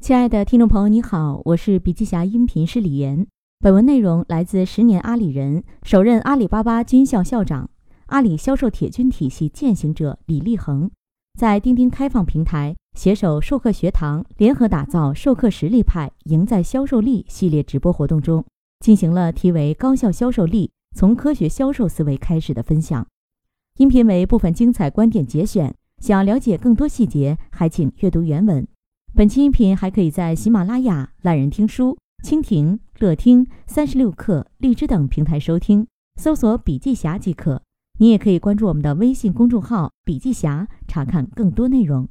亲爱的听众朋友，你好，我是笔记侠音频师李岩。本文内容来自10年阿里人，首任阿里巴巴军校校长、阿里销售铁军体系践行者李立恒，在钉钉开放平台携手授课学堂联合打造授课实力派赢在销售力系列直播活动中，进行了题为高效销售力，从科学销售思维开始的分享。音频为部分精彩观点节选，想要了解更多细节，还请阅读原文。本期音频还可以在喜马拉雅、懒人听书、蜻蜓、乐听、36课、荔枝等平台收听，搜索笔记侠即可。你也可以关注我们的微信公众号笔记侠，查看更多内容。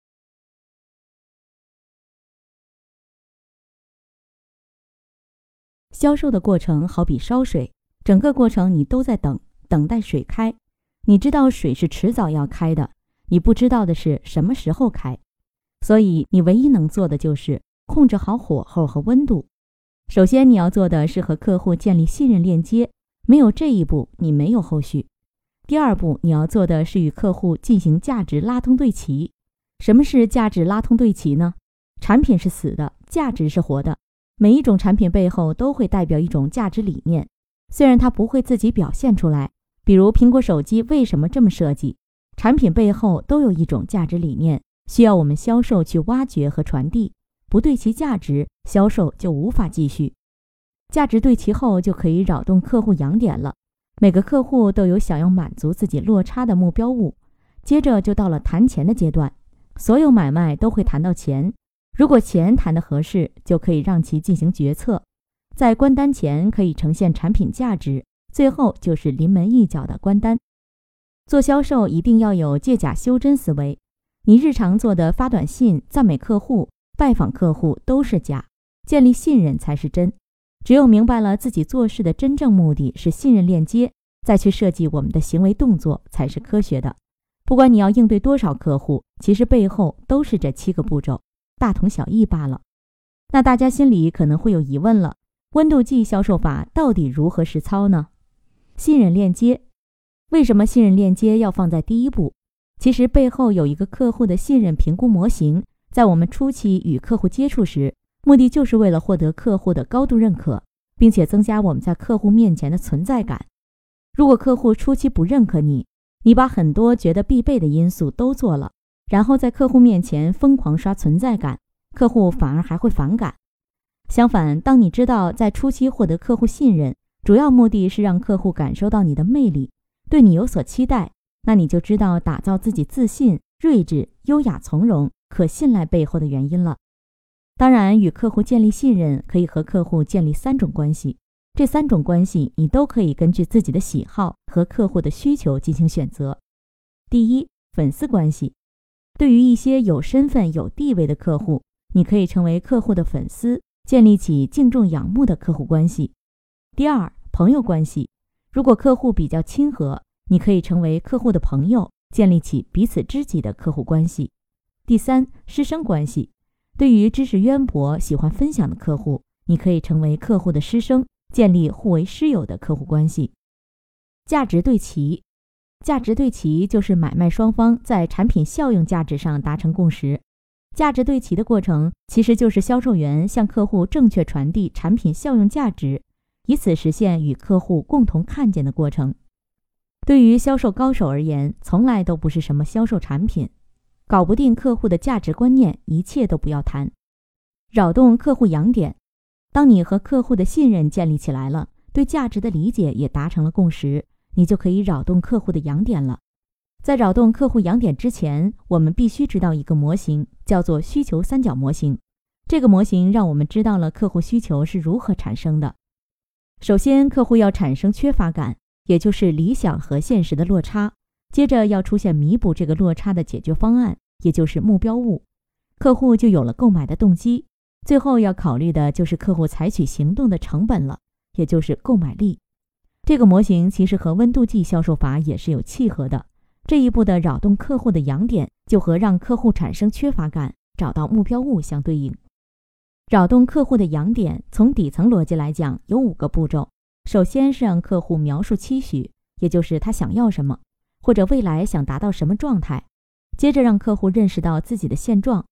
销售的过程好比烧水，整个过程你都在等待水开。你知道水是迟早要开的，你不知道的是什么时候开。所以你唯一能做的就是控制好火候和温度。首先你要做的是和客户建立信任链接，没有这一步，你没有后续。第二步你要做的是与客户进行价值拉通对齐。什么是价值拉通对齐呢？产品是死的，价值是活的。每一种产品背后都会代表一种价值理念，虽然它不会自己表现出来，比如苹果手机为什么这么设计，产品背后都有一种价值理念，需要我们销售去挖掘和传递，不对其价值，销售就无法继续。价值对齐后，就可以扰动客户痒点了。每个客户都有想要满足自己落差的目标物，接着就到了谈钱的阶段。所有买卖都会谈到钱，如果钱谈得合适，就可以让其进行决策。在关单前可以呈现产品价值，最后就是临门一脚的关单。做销售一定要有借假修真思维。你日常做的发短信、赞美客户、拜访客户都是假，建立信任才是真。只有明白了自己做事的真正目的是信任链接，再去设计我们的行为动作才是科学的。不管你要应对多少客户，其实背后都是这7个步骤，大同小异罢了。那大家心里可能会有疑问了，温度计销售法到底如何实操呢？信任链接，为什么信任链接要放在第一步？其实背后有一个客户的信任评估模型，在我们初期与客户接触时，目的就是为了获得客户的高度认可，并且增加我们在客户面前的存在感。如果客户初期不认可你，你把很多觉得必备的因素都做了，然后在客户面前疯狂刷存在感，客户反而还会反感。相反，当你知道在初期获得客户信任，主要目的是让客户感受到你的魅力，对你有所期待，那你就知道打造自己自信、睿智、优雅从容、可信赖背后的原因了。当然，与客户建立信任，可以和客户建立3种关系，这3种关系你都可以根据自己的喜好和客户的需求进行选择。第一，粉丝关系。对于一些有身份、有地位的客户，你可以成为客户的粉丝，建立起敬重仰慕的客户关系。第二，朋友关系。如果客户比较亲和，你可以成为客户的朋友，建立起彼此知己的客户关系。第三，师生关系。对于知识渊博、喜欢分享的客户，你可以成为客户的师生，建立互为师友的客户关系。价值对齐。价值对齐就是买卖双方在产品效用价值上达成共识。价值对齐的过程，其实就是销售员向客户正确传递产品效用价值，以此实现与客户共同看见的过程。对于销售高手而言，从来都不是什么销售产品，搞不定客户的价值观念，一切都不要谈。扰动客户痒点。当你和客户的信任建立起来了，对价值的理解也达成了共识，你就可以扰动客户的痒点了。在扰动客户痒点之前，我们必须知道一个模型，叫做需求三角模型。这个模型让我们知道了客户需求是如何产生的。首先，客户要产生缺乏感，也就是理想和现实的落差，接着要出现弥补这个落差的解决方案，也就是目标物，客户就有了购买的动机。最后要考虑的就是客户采取行动的成本了，也就是购买力。这个模型其实和温度计销售法也是有契合的。这一步的扰动客户的痒点，就和让客户产生缺乏感、找到目标物相对应。扰动客户的痒点，从底层逻辑来讲，有5个步骤。首先是让客户描述期许，也就是他想要什么，或者未来想达到什么状态。接着让客户认识到自己的现状，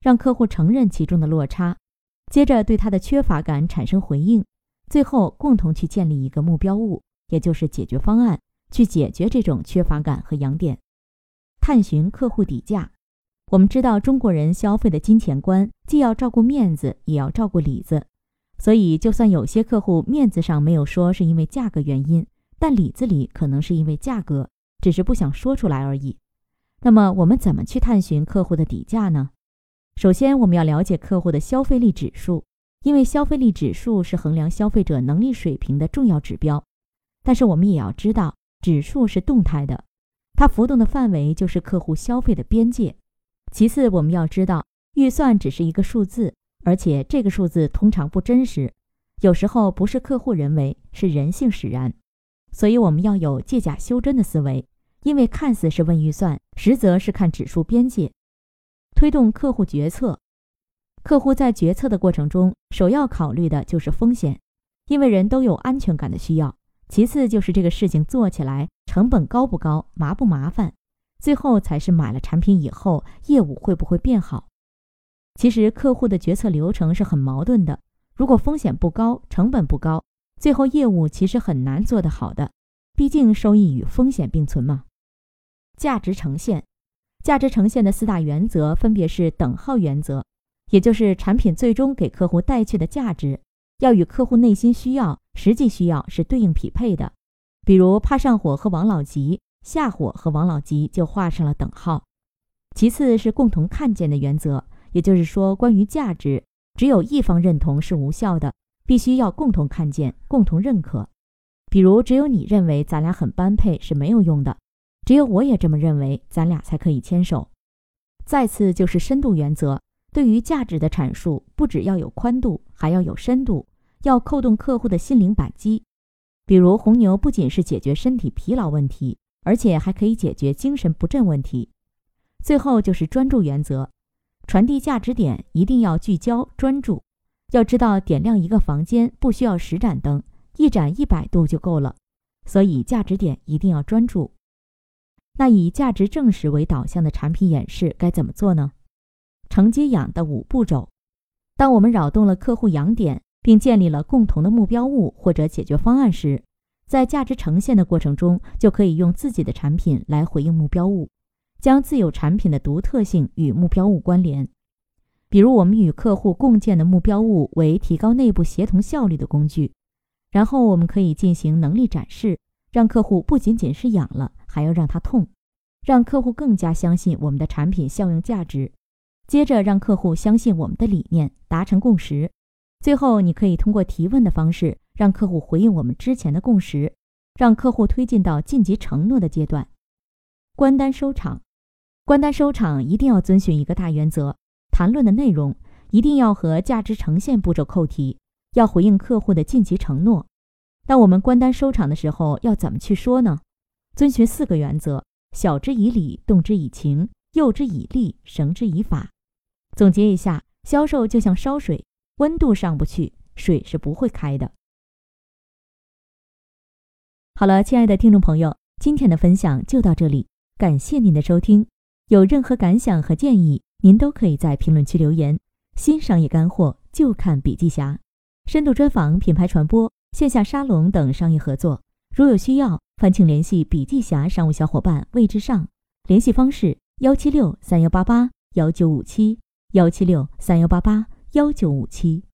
让客户承认其中的落差，接着对他的缺乏感产生回应，最后共同去建立一个目标物，也就是解决方案，去解决这种缺乏感和痒点。探寻客户底价。我们知道中国人消费的金钱观，既要照顾面子，也要照顾里子，所以就算有些客户面子上没有说是因为价格原因，但里子里可能是因为价格，只是不想说出来而已。那么我们怎么去探寻客户的底价呢？首先我们要了解客户的消费力指数，因为消费力指数是衡量消费者能力水平的重要指标。但是我们也要知道，指数是动态的，它浮动的范围就是客户消费的边界。其次，我们要知道，预算只是一个数字，而且这个数字通常不真实，有时候不是客户人为，是人性使然。所以我们要有借假修真的思维，因为看似是问预算，实则是看指数边界。推动客户决策。客户在决策的过程中，首要考虑的就是风险，因为人都有安全感的需要。其次就是这个事情做起来成本高不高，麻不麻烦，最后才是买了产品以后业务会不会变好。其实客户的决策流程是很矛盾的，如果风险不高，成本不高，最后业务其实很难做得好的，毕竟收益与风险并存嘛。价值呈现。价值呈现的4大原则分别是等号原则，也就是产品最终给客户带去的价值要与客户内心需要、实际需要是对应匹配的。比如怕上火和王老吉，下火和王老吉就画上了等号。其次是共同看见的原则，也就是说关于价值，只有一方认同是无效的，必须要共同看见、共同认可。比如只有你认为咱俩很般配是没有用的，只有我也这么认为，咱俩才可以牵手。再次就是深度原则，对于价值的阐述，不只要有宽度，还要有深度，要扣动客户的心灵扳机。比如红牛不仅是解决身体疲劳问题，而且还可以解决精神不振问题。最后就是专注原则，传递价值点一定要聚焦专注。要知道点亮一个房间不需要10盏灯，一盏100度就够了，所以价值点一定要专注。那以价值证实为导向的产品演示该怎么做呢？承接痒的5步骤。当我们扰动了客户痒点，并建立了共同的目标物或者解决方案时，在价值呈现的过程中，就可以用自己的产品来回应目标物，将自有产品的独特性与目标物关联。比如我们与客户共建的目标物为提高内部协同效率的工具，然后我们可以进行能力展示，让客户不仅仅是痒了，还要让他痛，让客户更加相信我们的产品效用价值，接着让客户相信我们的理念，达成共识。最后你可以通过提问的方式，让客户回应我们之前的共识，让客户推进到晋级承诺的阶段。关单收场。关单收场一定要遵循一个大原则，谈论的内容一定要和价值呈现步骤扣题，要回应客户的晋级承诺。那我们关单收场的时候要怎么去说呢？遵循4个原则，晓之以理，动之以情，诱之以利，绳之以法。总结一下，销售就像烧水，温度上不去，水是不会开的。好了，亲爱的听众朋友，今天的分享就到这里，感谢您的收听。有任何感想和建议，您都可以在评论区留言。新商业干货就看笔记侠，深度专访、品牌传播、线下沙龙等商业合作，如有需要，烦请联系笔记侠商务小伙伴魏之上，联系方式17631881957，17631881957。